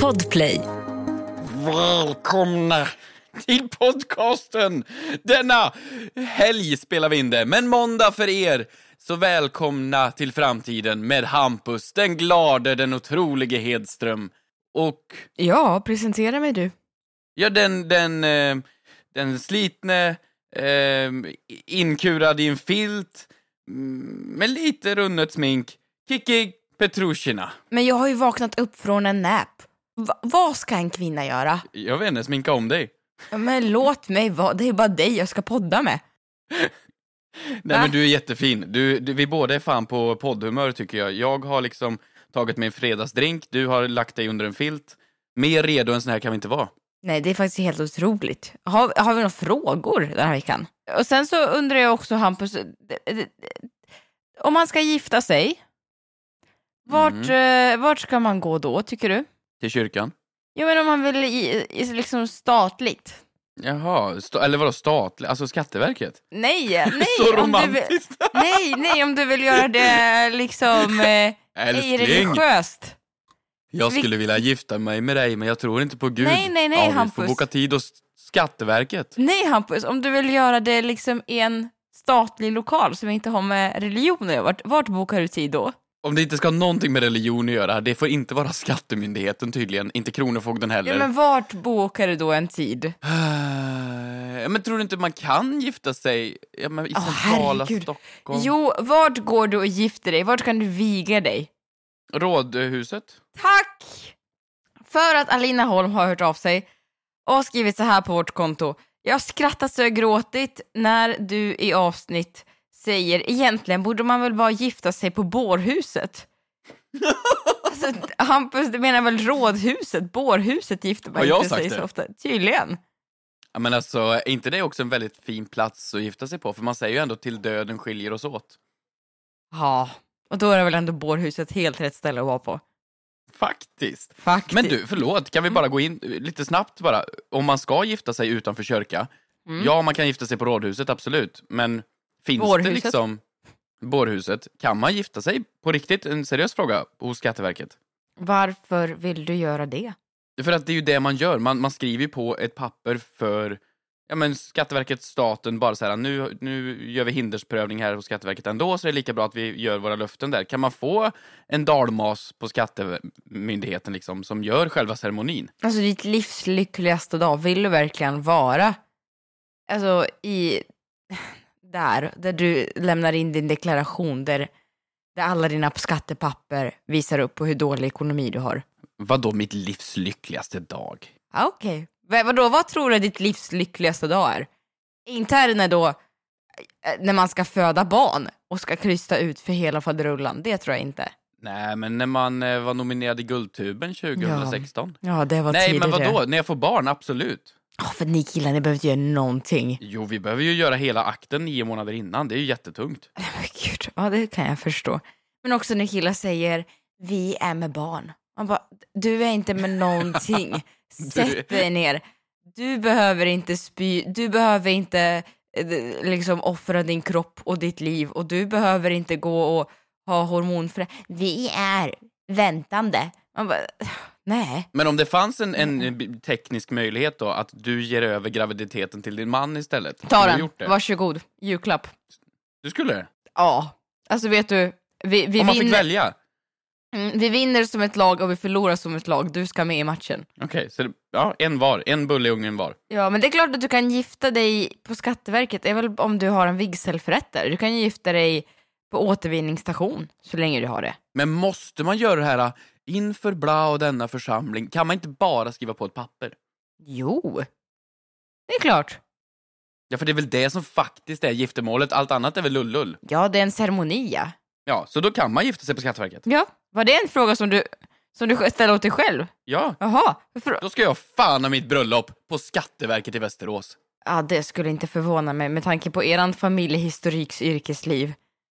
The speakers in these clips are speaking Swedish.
Podplay. Välkomna till podcasten. Denna helg spelar vi in det, men måndag för er. Så välkomna till framtiden med Hampus, den glade, den otrolige Hedström. Och ja, presentera mig du. ja, den slitne, inkurad i en filt med lite runnet smink, Kiki Petrushina. Men jag har ju vaknat upp från en nap. Vad ska en kvinna göra? Jag vet inte, sminka om dig. Men låt mig vara, det är bara dig jag ska podda med. Nej, men du är jättefin. Vi båda är fan på poddhumör tycker jag. Jag har liksom tagit mig en fredagsdrink. Du har lagt dig under en filt. Mer redo än sån här kan vi inte vara. Nej, det är faktiskt helt otroligt. Har vi några frågor den här veckan? Och sen så undrar jag också, Hampus, om man ska gifta sig, vart ska man gå då, tycker du? Till kyrkan? Ja, men om man vill liksom statligt. Jaha, eller vadå statligt? Alltså Skatteverket? Nej. Så romantiskt. Nej, om du vill göra det liksom religiöst. Jag skulle vilja gifta mig med dig, men jag tror inte på Gud. Nej, ja, Hampus. Vi får boka tid hos Skatteverket. Nej, Hampus, om du vill göra det liksom i en statlig lokal som inte har med religion att göra, vart bokar du tid då? Om det inte ska ha någonting med religion att göra, det får inte vara Skattemyndigheten tydligen, inte Kronofogden heller. Ja, men vart bokar du då en tid? Men tror du inte man kan gifta sig i centrala Stockholm? Jo, vart går du och gifter dig? Vart kan du viga dig? Rådhuset? Tack! För att Alina Holm har hört av sig och skrivit så här på vårt konto. Jag har skrattat så jag gråtit när du i avsnitt säger egentligen borde man väl bara gifta sig på bårhuset. Alltså, Hampus, du menar väl rådhuset? Bårhuset gifter man inte sig så ofta. Tydligen. Ja, men alltså, är inte det också en väldigt fin plats att gifta sig på? För man säger ju ändå till döden skiljer oss åt. Ja, och då är det väl ändå bårhuset helt rätt ställe att vara på. Faktiskt. Men du, förlåt, kan vi bara gå in lite snabbt bara. Om man ska gifta sig utanför kyrka, ja, man kan gifta sig på rådhuset, absolut. Men finns bårhuset? Det liksom bårhuset? Kan man gifta sig på riktigt? En seriös fråga hos Skatteverket. Varför vill du göra det? För att det är ju det man gör. Man skriver på ett papper för Skatteverket, staten, bara så här, nu gör vi hindersprövning här hos Skatteverket ändå, så är det lika bra att vi gör våra löften där. Kan man få en dalmas på Skattemyndigheten liksom, som gör själva ceremonin? Alltså ditt livs lyckligaste dag, vill du verkligen vara alltså där du lämnar in din deklaration där alla dina skattepapper visar upp på hur dålig ekonomi du har? Vadå mitt livs lyckligaste dag? Okej. Vadå, vad tror du ditt livs lyckligaste dag är? Inte är det när man ska föda barn och ska krysta ut för hela faderullan. Det tror jag inte. Nej, men när man var nominerad i Guldtuben 2016. Ja, det var Nej, tidigare. men vadå? När jag får barn, absolut. För ni killar, ni behöver inte göra någonting. Jo, vi behöver ju göra hela akten 9 månader innan. Det är ju jättetungt. Men gud, ja, det kan jag förstå. Men också när killar säger, vi är med barn. Man bara, du är inte med någonting. Sätt dig ner. Du behöver inte spy. Du behöver inte liksom offra din kropp och ditt liv. Och du behöver inte gå och ha hormonfrä. Vi är väntande. Man bara, nej. Men om det fanns en teknisk möjlighet då, att du ger över graviditeten till din man istället. Ta den, varsågod. Julklapp. Du skulle det? Ja. Alltså vet du, vi om man fick välja? Vi vinner som ett lag och vi förlorar som ett lag. Du ska med i matchen. Okej, så en var. En bulle i ugnen var. Ja, men det är klart att du kan gifta dig på Skatteverket. Det är väl om du har en vigselförrättare. Du kan ju gifta dig på återvinningsstation så länge du har det. Men måste man göra det här inför bla och denna församling? Kan man inte bara skriva på ett papper? Jo, det är klart. Ja, för det är väl det som faktiskt är giftermålet. Allt annat är väl lullull. Ja, det är en ceremoni, ja. Ja, så då kan man gifta sig på Skatteverket. Ja, var det en fråga som du ställer åt dig själv? Ja. Jaha. Då ska jag fan ha mitt bröllop på Skatteverket i Västerås. Ja, det skulle inte förvåna mig med tanke på eran familjehistoriks yrkesliv.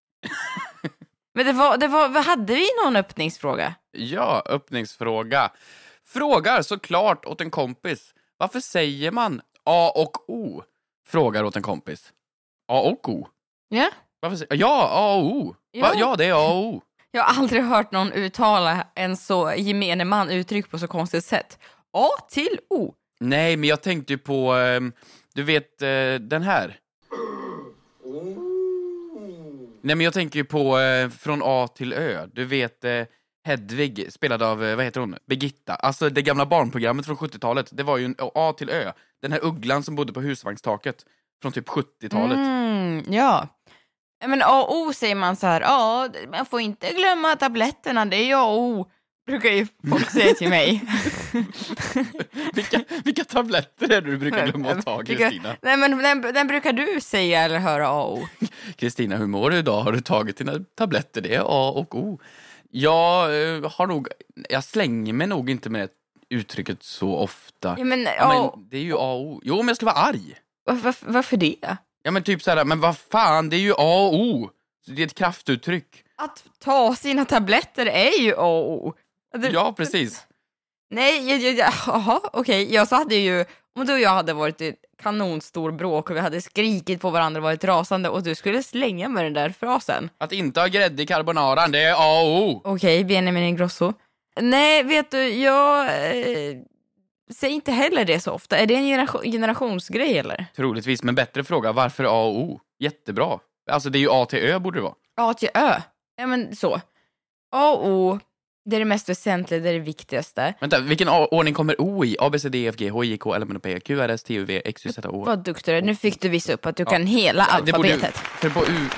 Men hade vi någon öppningsfråga? Ja, öppningsfråga. Frågar såklart åt en kompis. Varför säger man A och O? Frågar åt en kompis. A och O? Ja. Varför säger... Ja, A och O. Ja. Ja, det är A och O. Jag har aldrig hört någon uttala en så gemene man uttryck på så konstigt sätt. A till O. Nej, men jag tänkte ju på, du vet, den här. Nej, men jag tänker ju på från A till Ö. Du vet, Hedvig, spelad av, vad heter hon? Birgitta. Alltså det gamla barnprogrammet från 70-talet. Det var ju en A till Ö. Den här ugglan som bodde på husvagnstaket från typ 70-talet. Ja. Men A och O säger man så här. Ja, man får inte glömma tabletterna. Det är A och O. Brukar ju folk säga till mig. Vilka tabletter är det du brukar glömma att ta, Kristina? Nej, men den brukar du säga eller höra A och O. Kristina, hur mår du idag? Har du tagit dina tabletter? Det är A och O. Jag slänger mig nog inte med uttrycket så ofta. Ja, men det är ju A och O. Jo, men jag skulle vara arg. Varför det? Ja, men typ såhär, men vad fan, det är ju A och O. Det är ett kraftuttryck. Att ta sina tabletter är ju A och O. Ja, precis. Nej, jaha, okej. Jag så hade ju, om du och jag hade varit i kanonstor bråk och vi hade skrikit på varandra och varit rasande och du skulle slänga med den där frasen. Att inte ha grädde i carbonaran, det är A och O. Okej, Benjamin Ingrosso. Nej, vet du, jag säger inte heller det så ofta. Är det en generationsgrej eller? Troligtvis, men bättre fråga, varför A och O? Jättebra. Alltså det är ju A till Ö borde det vara. A till Ö. Ja, men så. A och O, det är det mest väsentliga, det är det viktigaste. Vänta, vilken ordning kommer O i? A, B, C, D, F, G, H, I, K, L, M, N, P, Q, R, S, T, U, V, X, Y, Z, O. Vad duktig du är. Nu fick du visa upp att du kan hela alfabetet. För på U...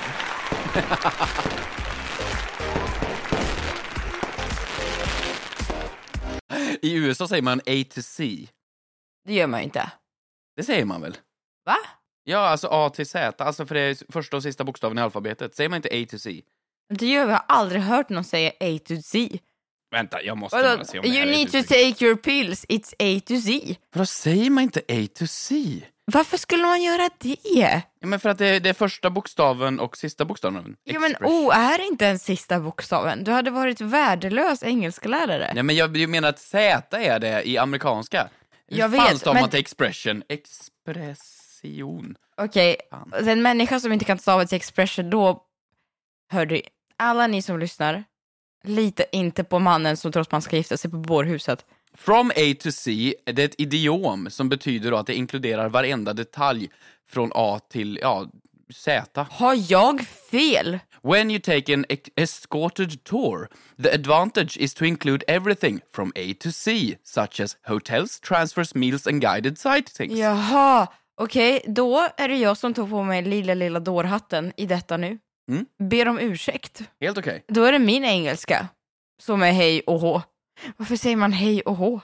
I USA säger man A to C. Det gör man ju inte. Det säger man väl? Va? Ja, alltså A till Z. Alltså för det är första och sista bokstaven i alfabetet. Säger man inte A to C? Det gör vi. Jag har aldrig hört någon säga A to Z. Vänta, jag måste bara se om det här You need to take your pills. It's A to Z. För då säger man inte A to C. Varför skulle man göra det? Ja, men för att det är första bokstaven och sista bokstaven. Ja, men O är inte den sista bokstaven. Du hade varit värdelös engelsklärare. Nej, men jag menar att Z är det i amerikanska. Jag fan vet, stavar men... man till expression? Expression. Okej, den människa som inte kan stava till expression, då... Hör du, alla ni som lyssnar, lita inte på mannen som tror att man ska gifta sig på bårhuset. From A to C är det ett idiom som betyder då att det inkluderar varenda detalj från A till Z. Har jag fel? When you take an escorted tour, the advantage is to include everything from A to C, such as hotels, transfers, meals and guided sightseeing. Jaha, okej, då är det jag som tog på mig lilla dårhatten i detta nu. Ber om ursäkt. Helt okej. Då är det min engelska som är hej och hå. Varför säger man hej och hå?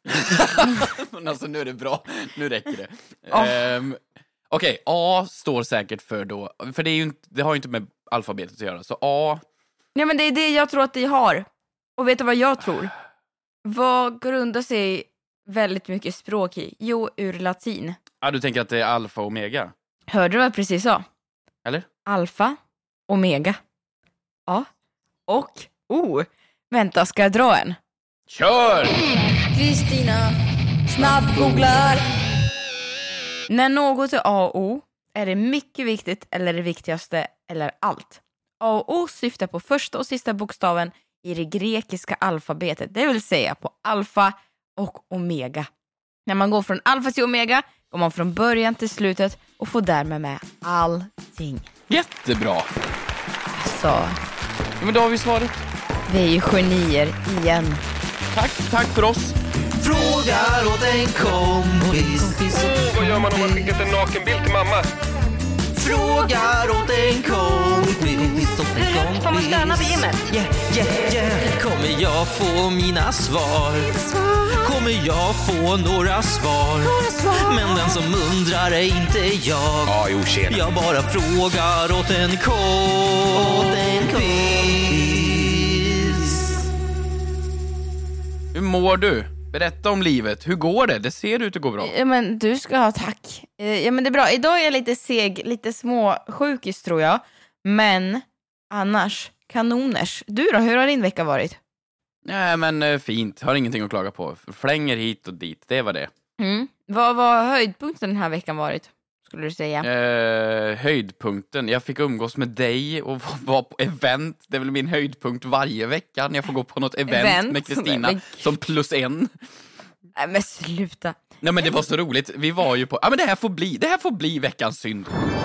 Men alltså nu är det bra, nu räcker det. Okej, A står säkert för då, för det har ju inte med alfabetet att göra, så A... Ja, men det är det jag tror att det har. Och vet du vad jag tror? Vad grundar sig väldigt mycket språk i? Jo, ur latin. Ja, du tänker att det är alfa och omega? Hörde du vad jag precis sa? Eller? Alfa, omega. Ja. Och O. Vänta, ska jag dra en? Kör! Kristina snabbgooglar. När något är A och O är det mycket viktigt eller det viktigaste eller allt. A och O syftar på första och sista bokstaven i det grekiska alfabetet, det vill säga på alfa och omega. När man går från alfa till omega går man från början till slutet och får därmed med allting. Jättebra! Så. Ja, men då har vi svaret. Vi är ju genier igen. Tack för oss. Frågar åt en kompis. Vad gör man om man skickat en nakenbild till mamma? Frågar åt en kompis. Får man stanna vid gymmet? Yeah. Kommer jag få mina svar? Kommer jag få några svar? Men den som undrar är inte jag. Ja, jo, tjena. Jag bara frågar åt en kompis. Hur mår du? Berätta om livet. Hur går det? Det ser ut att gå bra. Ja, men du ska ha tack. Ja, men det är bra. Idag är jag lite seg, lite småsjukis tror jag. Men annars, kanoners. Du då, hur har din vecka varit? Nej, men fint. Har ingenting att klaga på. Flänger hit och dit. Det var det. Vad har höjdpunkten den här veckan varit? skulle du säga? Höjdpunkten. Jag fick umgås med dig och vara på event. Det är väl min höjdpunkt varje vecka när jag får gå på något event med Kristina som +1. Nej, men sluta. Nej, men det var så roligt. Vi var ju på... Ja, men det här får bli veckans synd.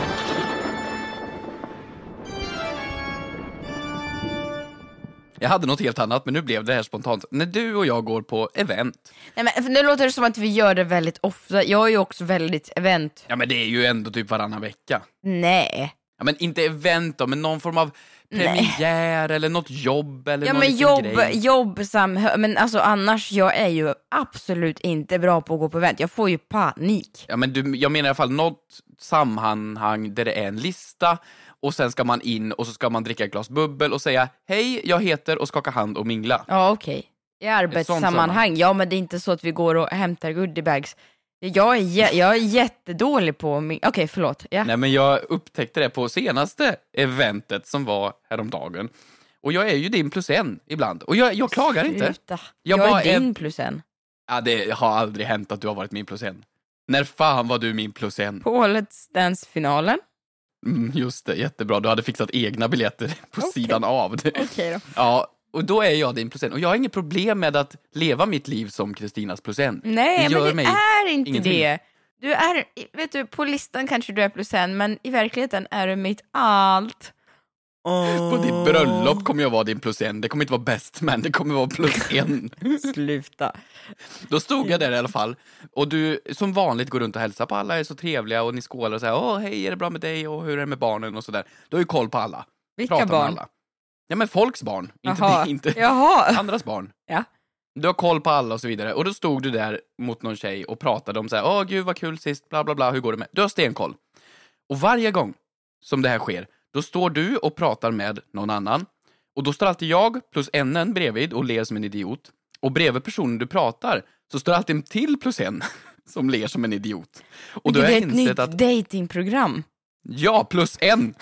Jag hade något helt annat, men nu blev det här spontant. När du och jag går på event. Nej, men nu låter det som att vi gör det väldigt ofta. Jag är ju också väldigt event. Ja, men det är ju ändå typ varannan vecka. Nej. Ja, men inte event då, men någon form av premiär eller något jobb eller ja, någon men jobb men alltså annars, jag är ju absolut inte bra på att gå på event. Jag får ju panik. Ja, men jag menar i alla fall något sammanhang där det är en lista och sen ska man in och så ska man dricka ett glas bubbel och säga hej, jag heter och skaka hand och mingla. Ja, okej. I arbetssammanhang. Ja, men det är inte så att vi går och hämtar goodiebags. Jag är jättedålig på... Okej, förlåt. Ja. Nej, men jag upptäckte det på senaste eventet som var häromdagen. Och jag är ju din +1 ibland. Och jag klagar inte. Sluta. Jag är din +1. Ja, det har aldrig hänt att du har varit min +1. När fan var du min +1? På Let's Dance-finalen. Just det, jättebra. Du hade fixat egna biljetter på sidan av. Okej då. Ja, och då är jag din +1. Och jag har inget problem med att leva mitt liv som Kristinas +1. Nej, det men det är inte ingenting. det. Du är, vet du, på listan kanske du är +1, men i verkligheten är du mitt allt. På ditt bröllop kommer jag vara din +1. Det kommer inte vara bäst, men det kommer vara +1. Sluta. Då stod jag där i alla fall. Och du som vanligt går runt och hälsar på alla, är så trevliga och ni skålar och säger åh hej, är det bra med dig och hur är det med barnen och sådär. Du har ju koll på alla. Vilka pratar barn? Med alla. Ja, men folks barn. Inte andras barn. Ja. Du har koll på alla och så vidare. Och då stod du där mot någon tjej och pratade om så här, åh gud vad kul sist, bla bla bla, hur går det med? Du har stenkoll. Och varje gång som det här sker, då står du och pratar med någon annan. Och då står alltid jag plus en bredvid och ler som en idiot. Och bredvid personen du pratar så står alltid en till +1 som ler som en idiot. Och då det har är jag ett insett nytt att... datingprogram. Ja, +1.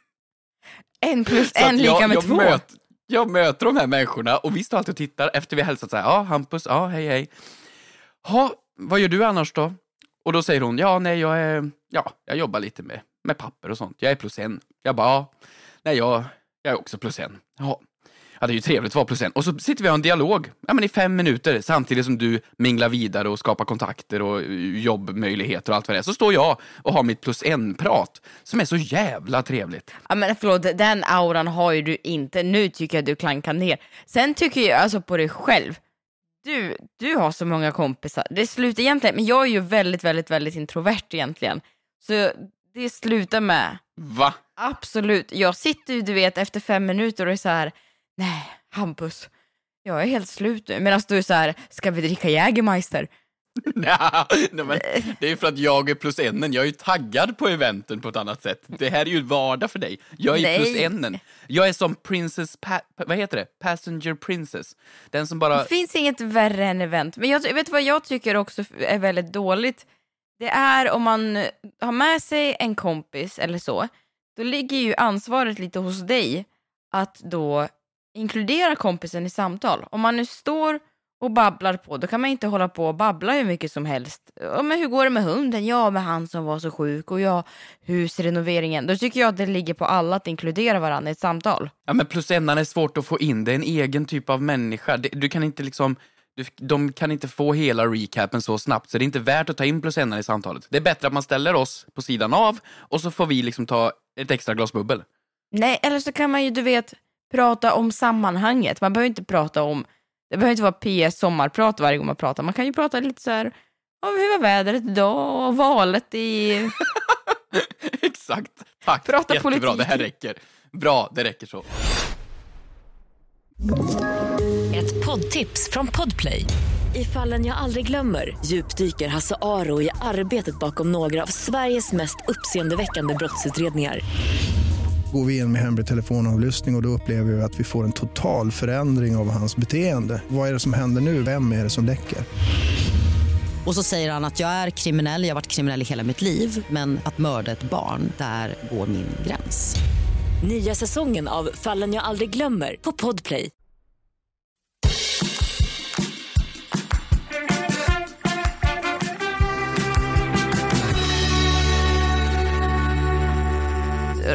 1 + 1 lika med 2. Jag möter de här människorna och vi står alltid och tittar efter vi har hälsat så här, ja Hampus, ja hej. Ha, vad gör du annars då? Och då säger hon, jag jobbar lite med papper och sånt. Jag är +1. Jag bara, jag är också +1. Ja, det är ju trevligt att vara +1. Och så sitter vi och har en dialog, i 5 minuter, samtidigt som du minglar vidare och skapar kontakter och jobbmöjligheter och allt vad det är. Så står jag och har mitt +1-prat som är så jävla trevligt. Ja, men förlåt, den auran har ju du inte. Nu tycker jag du klankar ner. Sen tycker jag alltså på dig själv. Du har så många kompisar. Det slutar egentligen, men jag är ju väldigt, väldigt, väldigt introvert egentligen. Så det slutar med... Va? Absolut. Jag sitter ju, du vet, efter 5 minuter och är så här, nej, Hampus, jag är helt slut nu. Medan du är så här, ska vi dricka Jägermeister? Nej, men det är för att jag är +1. Jag är ju taggad på eventen på ett annat sätt. Det här är ju vardag för dig. Jag är +1. Jag är som vad heter det? Passenger princess. Den som bara... Det finns inget värre än event. Men jag vet vad jag tycker också är väldigt dåligt. Det är om man har med sig en kompis eller så, då ligger ju ansvaret lite hos dig att då inkludera kompisen i samtal. Om man nu står och babblar på, då kan man inte hålla på och babbla hur mycket som helst. Men hur går det med hunden? Ja, med han som var så sjuk. Och ja, husrenoveringen. Då tycker jag att det ligger på alla att inkludera varandra i ett samtal. Ja, men +1 är svårt att få in. Det är en egen typ av människa. Du kan inte liksom... De kan inte få hela recapen så snabbt, så det är inte värt att ta in +1 i samtalet. Det är bättre att man ställer oss på sidan av och så får vi liksom ta ett extra glas bubbel. Nej, eller så kan man ju, du vet, prata om sammanhanget. Man behöver inte prata om... Det behöver inte vara PS sommarprat varje gång man pratar. Man kan ju prata lite så här om hur var vädret idag och valet i... Exakt, tack. Prata jättebra, politik. Det här räcker. Bra, det räcker så. Ett poddtips från Podplay. I Fallen jag aldrig glömmer djupdyker Hasse Aro i arbetet bakom några av Sveriges mest uppseendeväckande brottsutredningar. Går vi in med hemlig telefonavlyssning och då upplever vi att vi får en total förändring av hans beteende. Vad är det som händer nu? Vem är det som läcker? Och så säger han att jag är kriminell, jag har varit kriminell i hela mitt liv. Men att mörda ett barn, där går min gräns. Nya säsongen av Fallen jag aldrig glömmer på Podplay.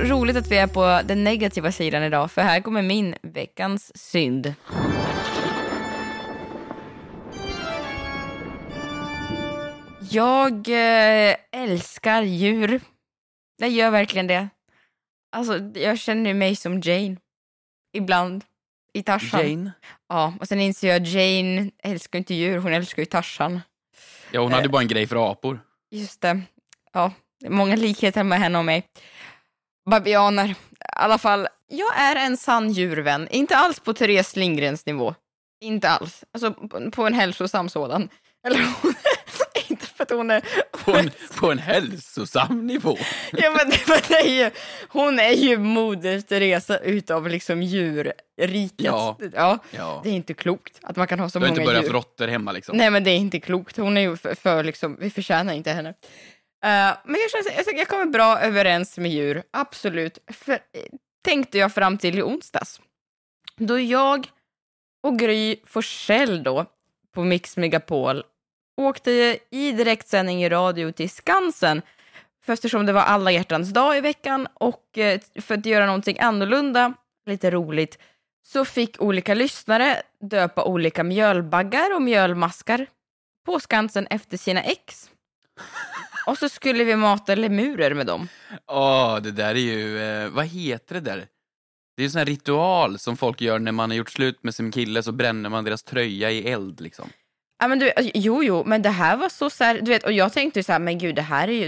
roligt att vi är på den negativa sidan idag, för här kommer min veckans synd. Jag älskar djur. Jag gör verkligen det. Alltså, jag känner mig som Jane. Ibland. I Tarzan. Jane? Ja, och sen inser jag att Jane älskar inte djur. Hon älskar ju Tarzan. Ja, hon hade bara en grej för apor. Just det. Ja, många likheter med henne och mig. Babianer. I alla fall, jag är en sann djurvän. Inte alls på Therese Lindgrens nivå. Inte alls. Alltså på en hälsosam sådan. Eller inte för att hon är... På en hälsosam nivå. Ja, men det är ju, hon är ju moder Teresa utav liksom djurriket. Ja. Det är inte klokt att man kan ha så många många djur. Du har inte börjat råttor hemma liksom. Nej, men det är inte klokt. Hon är ju för liksom, vi förtjänar inte henne. Men jag kommer bra överens med djur, absolut. Tänkte jag fram till i onsdags. Då jag och Gry Forssell då på Mix Megapol åkte i direktsändning i radio till Skansen. För eftersom det var alla hjärtans dag i veckan och för att göra någonting annorlunda, lite roligt, så fick olika lyssnare döpa olika mjölbaggar och mjölmaskar på Skansen efter sina ex. Och så skulle vi mata lemurer med dem. Det där är ju, vad heter det där? Det är ju sån här ritual som folk gör när man har gjort slut med sin kille, så bränner man deras tröja i eld liksom. Ja, men jo, men det här var så här, du vet, och jag tänkte så här, men gud, är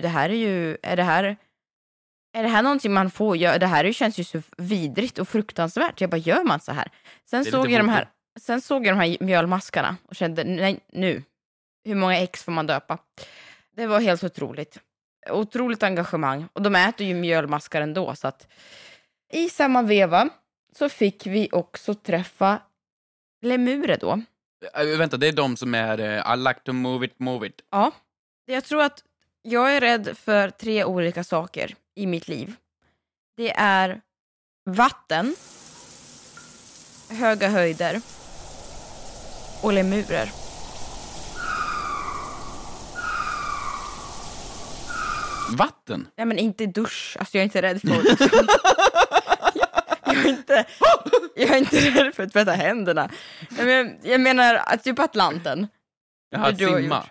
det här någonting man får göra? Det här känns ju så vidrigt och fruktansvärt. Jag bara, gör man så här? Sen såg jag de här mjölmaskarna och kände, nej, nu, hur många ex får man döpa? Det var helt otroligt engagemang, och de äter ju mjölmaskar ändå, så att i samma veva så fick vi också träffa lemurer då. Vänta, det är de som är I like to move it. Ja, jag tror att jag är rädd för 3 olika saker i mitt liv. Det är vatten, höga höjder och lemurer. Vatten? Nej, men inte dusch. Alltså jag är inte rädd för jag är inte rädd för att tvätta händerna. Jag menar att typ Atlanten. Jaha, simma.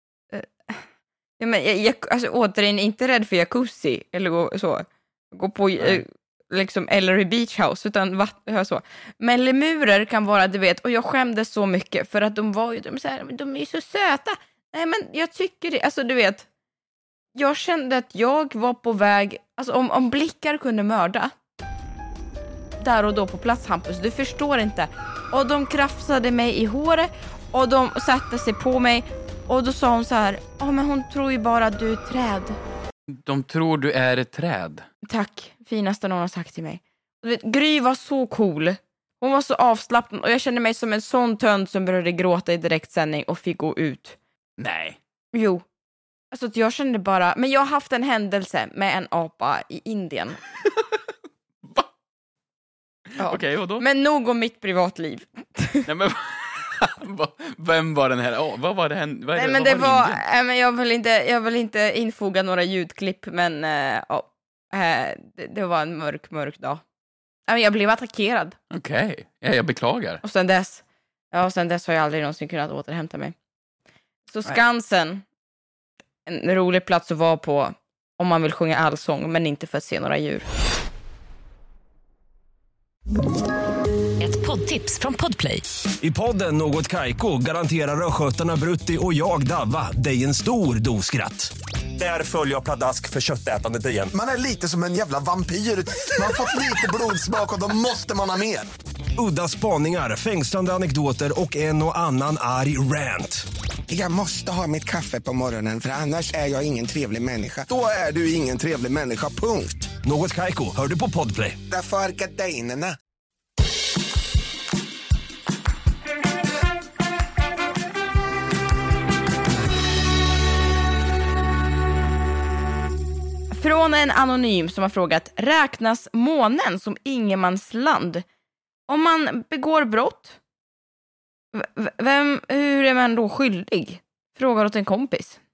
Jag alltså, återigen inte rädd för jacuzzi eller gå på liksom Ellery Beach House, utan så. Men lemurer kan vara, du vet, och jag skämdes så mycket för att de är ju så söta. Nej, men jag tycker det, alltså du vet, jag kände att jag var på väg, alltså om blickar kunde mörda där och då på plats, Hampus, du förstår inte. Och de krafsade mig i håret och de satte sig på mig, och då sa hon så här, men hon tror ju bara att du är ett träd. De tror du är ett träd. Tack, finaste någon har sagt till mig. Du vet, Gry var så cool. Hon var så avslappnad och jag kände mig som en sån tönt som började gråta i direktsändning och fick gå ut. Nej. Jo. Alltså att jag kände bara, men jag har haft en händelse med en apa i Indien. Va? Ja. Okej, och då? Men nog om mitt privatliv. Nej, men vem var den här? Vad var det? Nej, men det var men jag vill inte infoga några ljudklipp, men det var en mörk dag. Jag blev attackerad. Okej. Ja, jag beklagar. Och sen dess har jag aldrig någonsin kunnat återhämta mig. Så Skansen, en rolig plats att vara på om man vill sjunga allsång, men inte för att se några djur. Ett poddtips från Podplay. I podden Något Kaiko garanterar röskötarna Brutti och jag Davva dig en stor doskratt. Där följer jag pladask för köttätandet igen. Man är lite som en jävla vampyr. Man har fått lite blodsmak och då måste man ha mer. Udda spaningar, fängslande anekdoter och en och annan arg rant. Jag måste ha mitt kaffe på morgonen, för annars är jag ingen trevlig människa. Då är du ingen trevlig människa, punkt. Något Kaiko, hör du på Podplay. Därför är gardinerna. Från en anonym som har frågat, räknas månen som ingenmansland om man begår brott? Hur är man då skyldig? Frågar åt en kompis.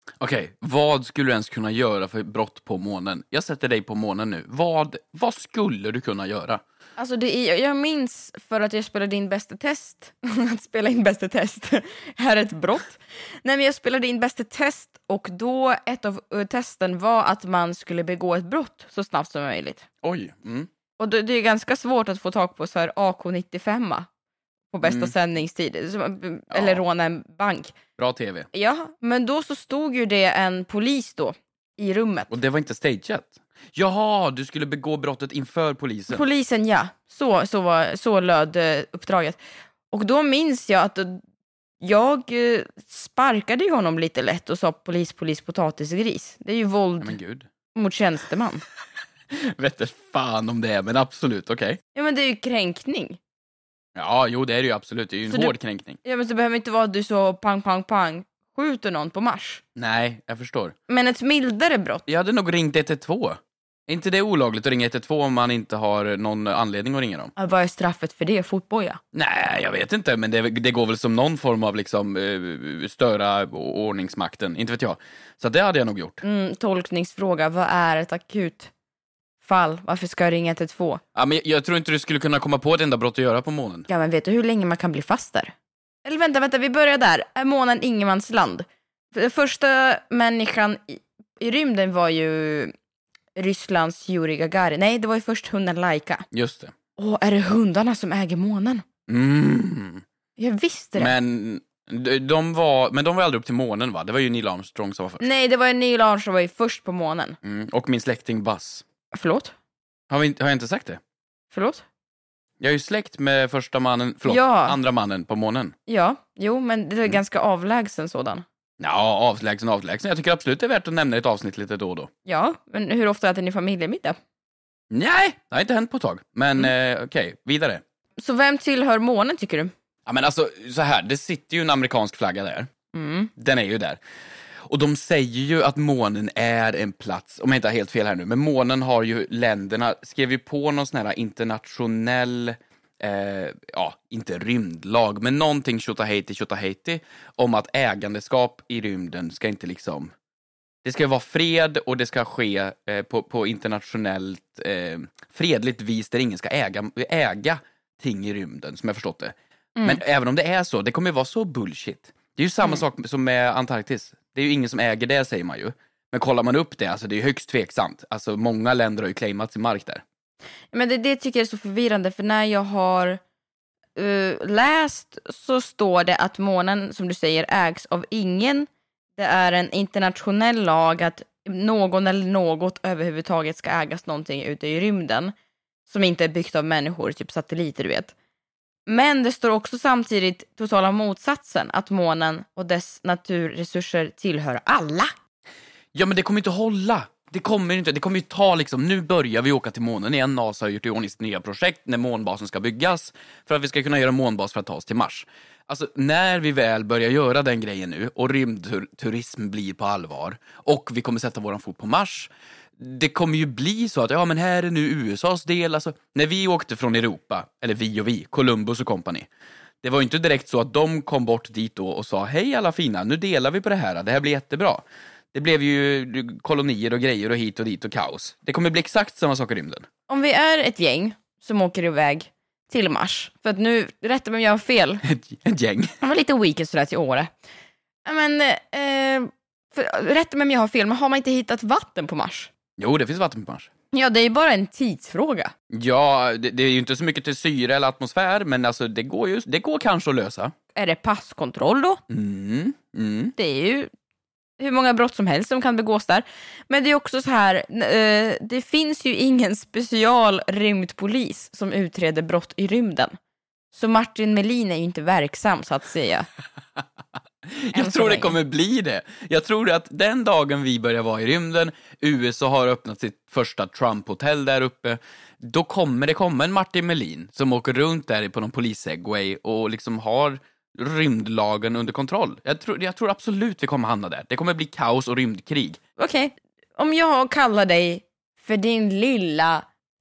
Okej, vad skulle du ens kunna göra för brott på månen? Jag sätter dig på månen nu. Vad skulle du kunna göra? Alltså jag minns för att jag spelade in Bästa test. Att spela in Bästa test här är ett brott. Nej, men jag spelade in Bästa test och då ett av testen var att man skulle begå ett brott så snabbt som möjligt. Oj. Och det är ganska svårt att få tag på så här AK95 på bästa sändningstid. Eller råna en bank. Bra tv. Ja, men då så stod ju det en polis då i rummet. Och det var inte stageat? Jaha, du skulle begå brottet inför polisen. Polisen, ja. Så löd uppdraget. Och då minns jag att jag sparkade ju honom lite lätt och sa polis, potatisgris. Det är ju våld mot tjänsteman. Vet inte fan om det är, men absolut, okej. Ja, men det är ju kränkning. Ja, jo, det är det ju absolut. Det är ju en hård kränkning. Ja, men det behöver inte vara att du så pang, skjuter någon på Mars. Nej, jag förstår. Men ett mildare brott. Jag hade nog ringt 112. Är inte det olagligt att ringa 112 om man inte har någon anledning att ringa dem? Ja, vad är straffet för det? Fotboja? Nej, jag vet inte, men det går väl som någon form av liksom störa ordningsmakten, inte vet jag. Så det hade jag nog gjort. Tolkningsfråga, vad är ett akut fall? Varför ska jag ringa 112? Ja, men jag tror inte du skulle kunna komma på ett enda brott att göra på månen. Ja, men vet du hur länge man kan bli fast där? Eller vänta, vi börjar där. Är månen ingenmansland? För första människan i rymden var ju Rysslands Yuri Gagarin. Nej, det var ju först hunden Laika. Just det. Är det hundarna som äger månen? Jag visste det. Men de var aldrig upp till månen, va? Det var ju Neil Armstrong som var först. Nej, det var ju Neil Armstrong som var ju först på månen. Och min släkting Buzz. Förlåt? Har jag inte sagt det? Förlåt? Jag är ju släkt med andra mannen på månen. Ja, jo, men det är ganska avlägsen sådan. Ja, avlägsen. Jag tycker absolut det är värt att nämna ett avsnitt lite då och då. Ja, men hur ofta äter ni familjemiddag? Nej, det har inte hänt på ett tag. Men okej, vidare. Så vem tillhör månen, tycker du? Ja, men alltså, så här, det sitter ju en amerikansk flagga där. Den är ju där. Och de säger ju att månen är en plats, om jag inte har helt fel här nu, men månen har ju länderna, skrev ju på någon sån här internationell, inte rymdlag, men någonting tjottahejti, om att ägandeskap i rymden ska inte liksom, det ska vara fred och det ska ske på internationellt fredligt vis där ingen ska äga ting i rymden, som jag förstått det. Men även om det är så, det kommer ju vara så bullshit. Det är ju samma sak som med Antarktis. Det är ju ingen som äger det, säger man ju. Men kollar man upp det, alltså det är högst tveksamt. Alltså många länder har ju claimat sin mark där. Men det tycker jag är så förvirrande, för när jag har läst så står det att månen, som du säger, ägs av ingen. Det är en internationell lag att någon eller något överhuvudtaget ska ägas någonting ute i rymden som inte är byggt av människor, typ satelliter, du vet. Men det står också samtidigt totala motsatsen, att månen och dess naturresurser tillhör alla. Ja, men det kommer inte hålla. Det kommer ju ta liksom, nu börjar vi åka till månen igen. NASA har gjort i ordning nya projekt när månbasen ska byggas för att vi ska kunna göra månbas för att ta oss till Mars. Alltså, när vi väl börjar göra den grejen nu och rymdturism blir på allvar och vi kommer sätta våran fot på Mars, det kommer ju bli så att, ja men här är nu USAs del, alltså när vi åkte från Europa, eller vi, Columbus och company, det var ju inte direkt så att de kom bort dit då och sa, hej alla fina, nu delar vi på det här blir jättebra. Det blev ju kolonier och grejer och hit och dit och kaos. Det kommer bli exakt samma sak i rymden. Om vi är ett gäng som åker iväg till Mars, för att nu, rätta mig om jag har fel. Ett gäng. Jag var lite weekend sådär till Åre. Men, rätta mig om jag har fel, men har man inte hittat vatten på Mars? Jo, det finns vatten på Mars. Ja, det är ju bara en tidsfråga. Ja, det är ju inte så mycket till syre eller atmosfär, men alltså det går kanske att lösa. Är det passkontroll då? Det är ju hur många brott som helst som kan begås där. Men det är också så här, det finns ju ingen special rymdpolis som utreder brott i rymden. Så Martin Melin är ju inte verksam, så att säga. Jag tror det kommer bli det. Jag tror att den dagen vi börjar vara i rymden, USA har öppnat sitt första Trump-hotell där uppe, då kommer det komma en Martin Melin som åker runt där på någon polissegway och liksom har rymdlagen under kontroll. Jag tror absolut vi kommer hamna där. Det kommer bli kaos och rymdkrig. Okej. Om jag kallar dig för din lilla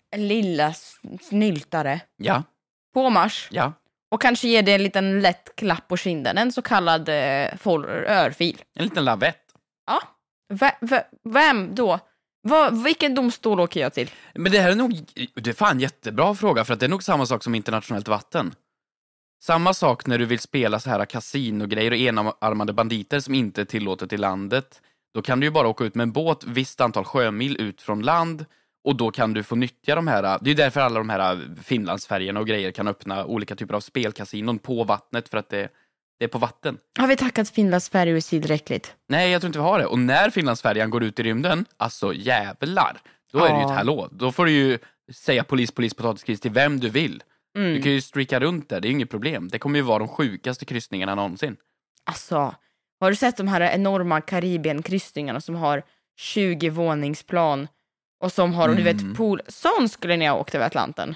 snyltare. Ja. På Mars. Ja. Och kanske ger dig en liten lätt klapp på kinden. En så kallad örfil. En liten lavett. Ja. Vem då? Vilken domstol åker jag till? Men det här är fan jättebra fråga, för att det är nog samma sak som internationellt vatten. Samma sak när du vill spela så här kasinogrejer och enarmade banditer som inte är tillåtet i landet. Då kan du ju bara åka ut med en båt visst antal sjömil ut från land, och då kan du få nyttja de här. Det är därför alla de här Finlandsfärgerna och grejer kan öppna olika typer av spelkasinon på vattnet, för att det är på vatten. Har vi tackat Finlandsfärjor tillräckligt? Nej, jag tror inte vi har det. Och när Finlandsfärjan går ut i rymden, alltså jävlar, då är det ju ett hallå. Då får du ju säga polis, potatiskris till vem du vill. Du kan ju streaka runt där, det är inget problem. Det kommer ju vara de sjukaste kryssningarna någonsin. Alltså, har du sett de här enorma Karibien-kryssningarna som har 20 våningsplan och som har, och du vet, pool. Sån skulle ni ha åkt över Atlanten.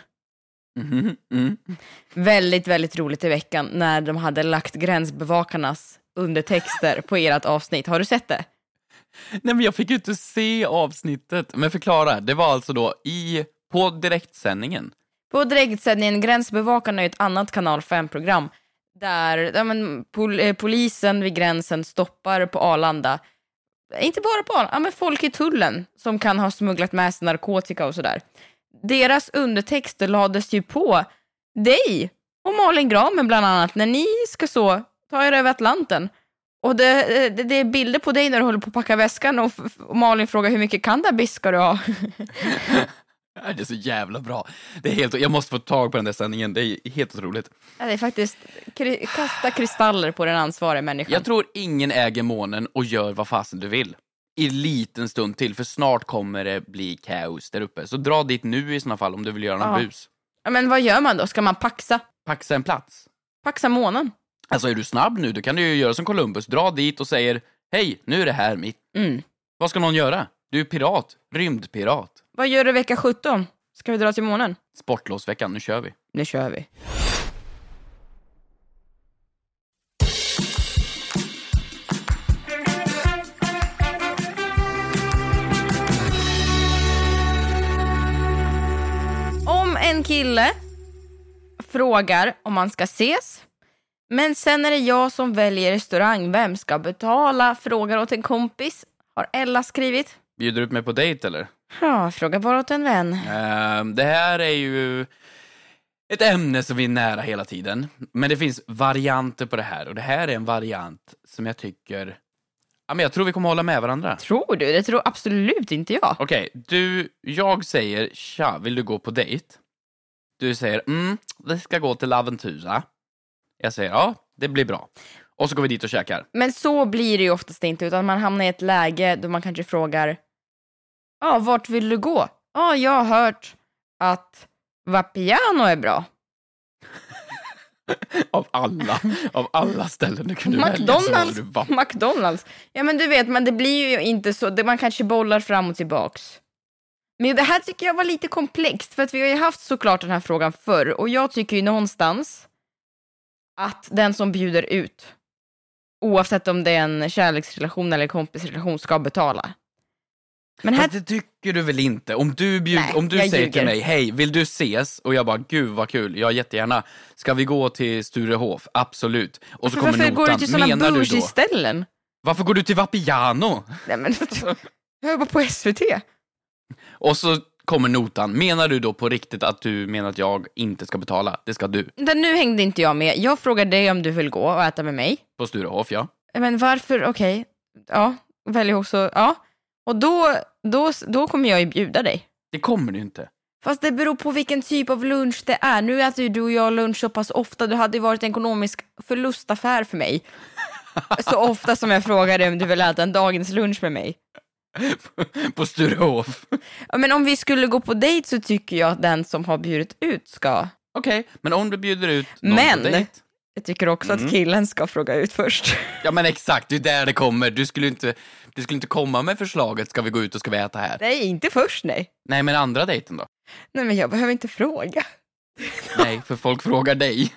Väldigt, väldigt roligt i veckan när de hade lagt gränsbevakarnas undertexter på ert avsnitt. Har du sett det? Nej, men jag fick ju inte se avsnittet. Men förklara, det var alltså då på direktsändningen. På direktsändningen, Gränsbevakarna är ett annat kanal 5-program där polisen vid gränsen stoppar på Arlanda. Inte bara på Arlanda, men folk i tullen som kan ha smugglat med sig narkotika och sådär. Deras undertexter lades ju på dig och Malin Gramen bland annat när ni ska ta er över Atlanten. Och det är bilder på dig när du håller på att packa väskan och Malin frågar hur mycket cannabis ska du ha? Det är så jävla bra. Jag måste få tag på den där sändningen. Det är helt otroligt. Ja, det är faktiskt kasta kristaller på den ansvariga människan. Jag tror ingen äger månen och gör vad fasen du vill. I liten stund till, för snart kommer det bli kaos där uppe. Så dra dit nu i såna fall om du vill göra någon bus. Ja, men vad gör man då? Ska man paxa? Paxa en plats? Paxa månen? Alltså är du snabb nu, då kan du ju göra som Columbus. Dra dit och säger, hej, nu är det här mitt. Vad ska någon göra? Du är pirat, rymdpirat. Vad gör du vecka 17? Ska vi dra till månen? Sportlovsveckan, nu kör vi. Nu kör vi. Om en kille frågar om man ska ses, men sen är det jag som väljer restaurang, vem ska betala? Frågar åt en kompis, har Ella skrivit. Bjuder du upp mig på dejt eller? Ja, fråga bara åt en vän. Det här är ju ett ämne som vi är nära hela tiden. Men det finns varianter på det här. Och det här är en variant som jag tycker... Ja, men jag tror vi kommer hålla med varandra. Tror du? Det tror absolut inte jag. Okej, jag säger, tja, vill du gå på dejt? Du säger, det ska gå till Aventura. Jag säger, ja, det blir bra. Och så går vi dit och käkar. Men så blir det ju oftast inte, utan man hamnar i ett läge då man kanske frågar, vart vill du gå? Jag har hört att Vapiano är bra. av alla ställen du kunde välja. McDonald's. Ja, men du vet, men det blir ju inte så. Man kanske bollar fram och tillbaks. Men det här tycker jag var lite komplext, för att vi har ju haft såklart den här frågan förr. Och jag tycker ju någonstans att den som bjuder ut, oavsett om det är en kärleksrelation eller kompisrelation, ska betala. Men här... Det tycker du väl inte? Om du säger till mig, hej, vill du ses? Och jag bara, gud vad kul, jag jättegärna. Ska vi gå till Sturehof? Absolut. Och så kommer varför notan. Går du till sådana bougie-ställen? Varför går du till Vapiano? Nej, men jag var på SVT. Och så kommer notan. Menar du då på riktigt att du menar att jag inte ska betala? Det ska du. Nu hängde inte jag med. Jag frågade dig om du vill gå och äta med mig. På Sturehof, ja. Men varför? Okej. Ja, välj också. Ja. Och då kommer jag ju bjuda dig. Det kommer du inte. Fast det beror på vilken typ av lunch det är. Nu äter ju du och jag lunch så pass ofta. Det hade ju varit en ekonomisk förlustaffär för mig. Så ofta som jag frågade om du vill äta en dagens lunch med mig. På Sturehof. Ja, men om vi skulle gå på dejt så tycker jag att den som har bjudit ut ska. Okej, men om du bjuder ut någon på dejt. Jag tycker också att killen ska fråga ut först. Ja, men exakt, det är där det kommer. Du skulle inte komma med förslaget, ska vi gå ut och ska vi äta här? Nej, inte först, nej. Nej, men andra dejten då? Nej, men jag behöver inte fråga. Nej, för folk frågar dig.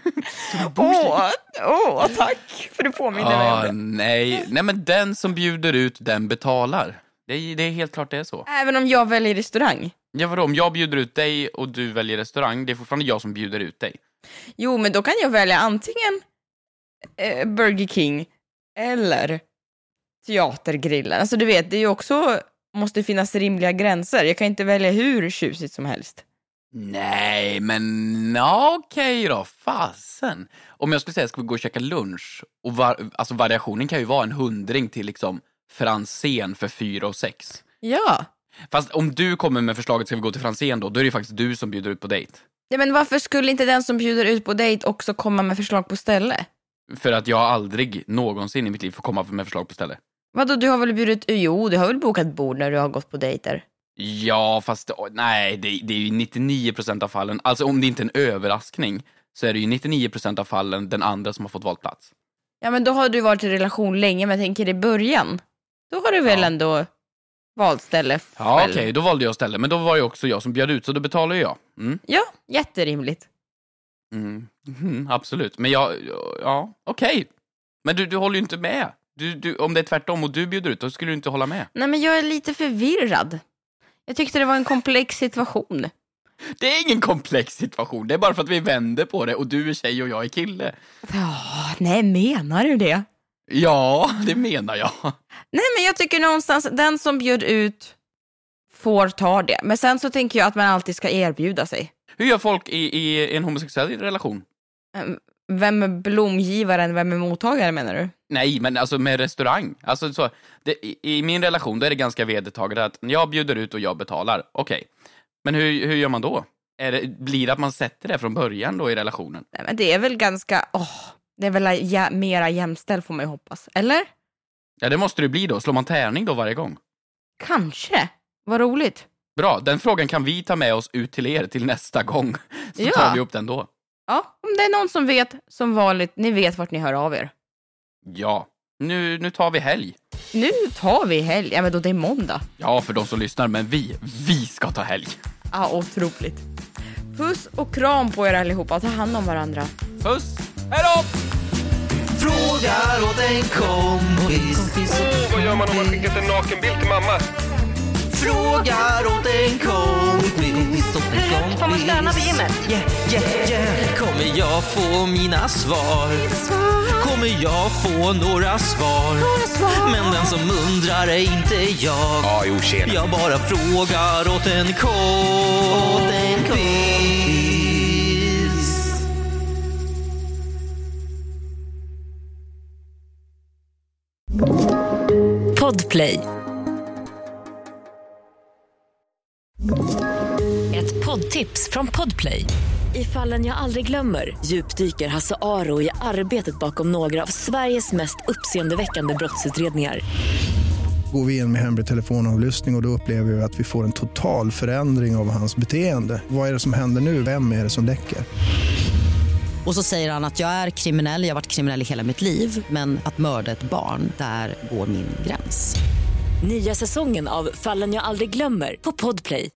Tack för du påminner mig om det. Nej, men den som bjuder ut, den betalar. Det är helt klart det är så. Även om jag väljer restaurang? Ja, vadå? Om jag bjuder ut dig och du väljer restaurang, det är fortfarande jag som bjuder ut dig. Jo, men då kan jag välja antingen Burger King eller teatergrillen. Alltså du vet, det är ju också, måste finnas rimliga gränser. Jag kan inte välja hur tjusigt som helst. Nej, men okej då, fasen. Om jag skulle säga, ska vi gå och käka lunch? Och alltså variationen kan ju vara en 100 till liksom Franzén för 4 och 6. Ja. Fast om du kommer med förslaget, ska vi gå till Franzén då är det ju faktiskt du som bjuder ut på dejt. Ja, men varför skulle inte den som bjuder ut på dejt också komma med förslag på ställe? För att jag aldrig någonsin i mitt liv får komma med förslag på ställe. Vadå, du har väl bjudit, jo, du har väl bokat bord när du har gått på dejter? Ja, fast nej, det är ju 99% av fallen. Alltså om det inte är en överraskning så är det ju 99% av fallen den andra som har fått valt plats. Ja, men då har du varit i relation länge, men jag tänker i början. Då har du väl ändå valt ställe själv. Ja, okej, då valde jag ställe. Men då var ju också jag som bjöd ut, så då betalar jag. Ja, jätterimligt. Absolut. Men okej. Men du håller ju inte med. Du, om det är tvärtom och du bjuder ut, då skulle du inte hålla med. Nej, men jag är lite förvirrad. Jag tyckte det var en komplex situation. Det är ingen komplex situation. Det är bara för att vi vänder på det och du är tjej och jag är kille. Nej, menar du det? Ja, det menar jag. Nej, men jag tycker någonstans den som bjöd ut får ta det. Men sen så tänker jag att man alltid ska erbjuda sig. Hur gör folk i en homosexuell relation? Vem är blomgivaren, vem är mottagaren menar du? Nej, men alltså med restaurang. Alltså så, i min relation då är det ganska vedertaget att jag bjuder ut och jag betalar. Okej. Men hur gör man då? Blir det att man sätter det från början då i relationen? Nej, men det är väl ganska... det är väl mera jämställd får man ju hoppas. Eller? Ja, det måste det bli då. Slår man tärning då varje gång? Kanske. Vad roligt. Bra, den frågan kan vi ta med oss ut till er till nästa gång. Så tar vi upp den då. Ja, om det är någon som vet, som vanligt, ni vet vart ni hör av er. Ja, nu tar vi helg. Nu tar vi helg? Ja, men då det är måndag. Ja, för de som lyssnar, men vi ska ta helg. Ja, otroligt. Puss och kram på er allihopa. Ta hand om varandra. Puss, hej då! Frågar åt en kompis. Vad gör man om man skickat en nakenbild till mamma? Frågar åt en kompis. Får man stanna vid gymmet? Yeah. Kommer jag få mina svar? Kommer jag få några svar? Men den som undrar är inte jag. Ja, jo, tjena. Jag bara frågar åt en kompis. Podplay. Ett poddtips från Podplay. I Fallen jag aldrig glömmer djupdyker Hasse Aro i arbetet bakom några av Sveriges mest uppseendeväckande brottsutredningar. Går vi in med hemlig telefonavlyssning och då upplever vi att vi får en total förändring av hans beteende. Vad är det som händer nu? Vem är det som läcker? Och så säger han att jag är kriminell, jag har varit kriminell i hela mitt liv. Men att mörda ett barn, där går min gräns. Nya säsongen av Fallen jag aldrig glömmer på Podplay.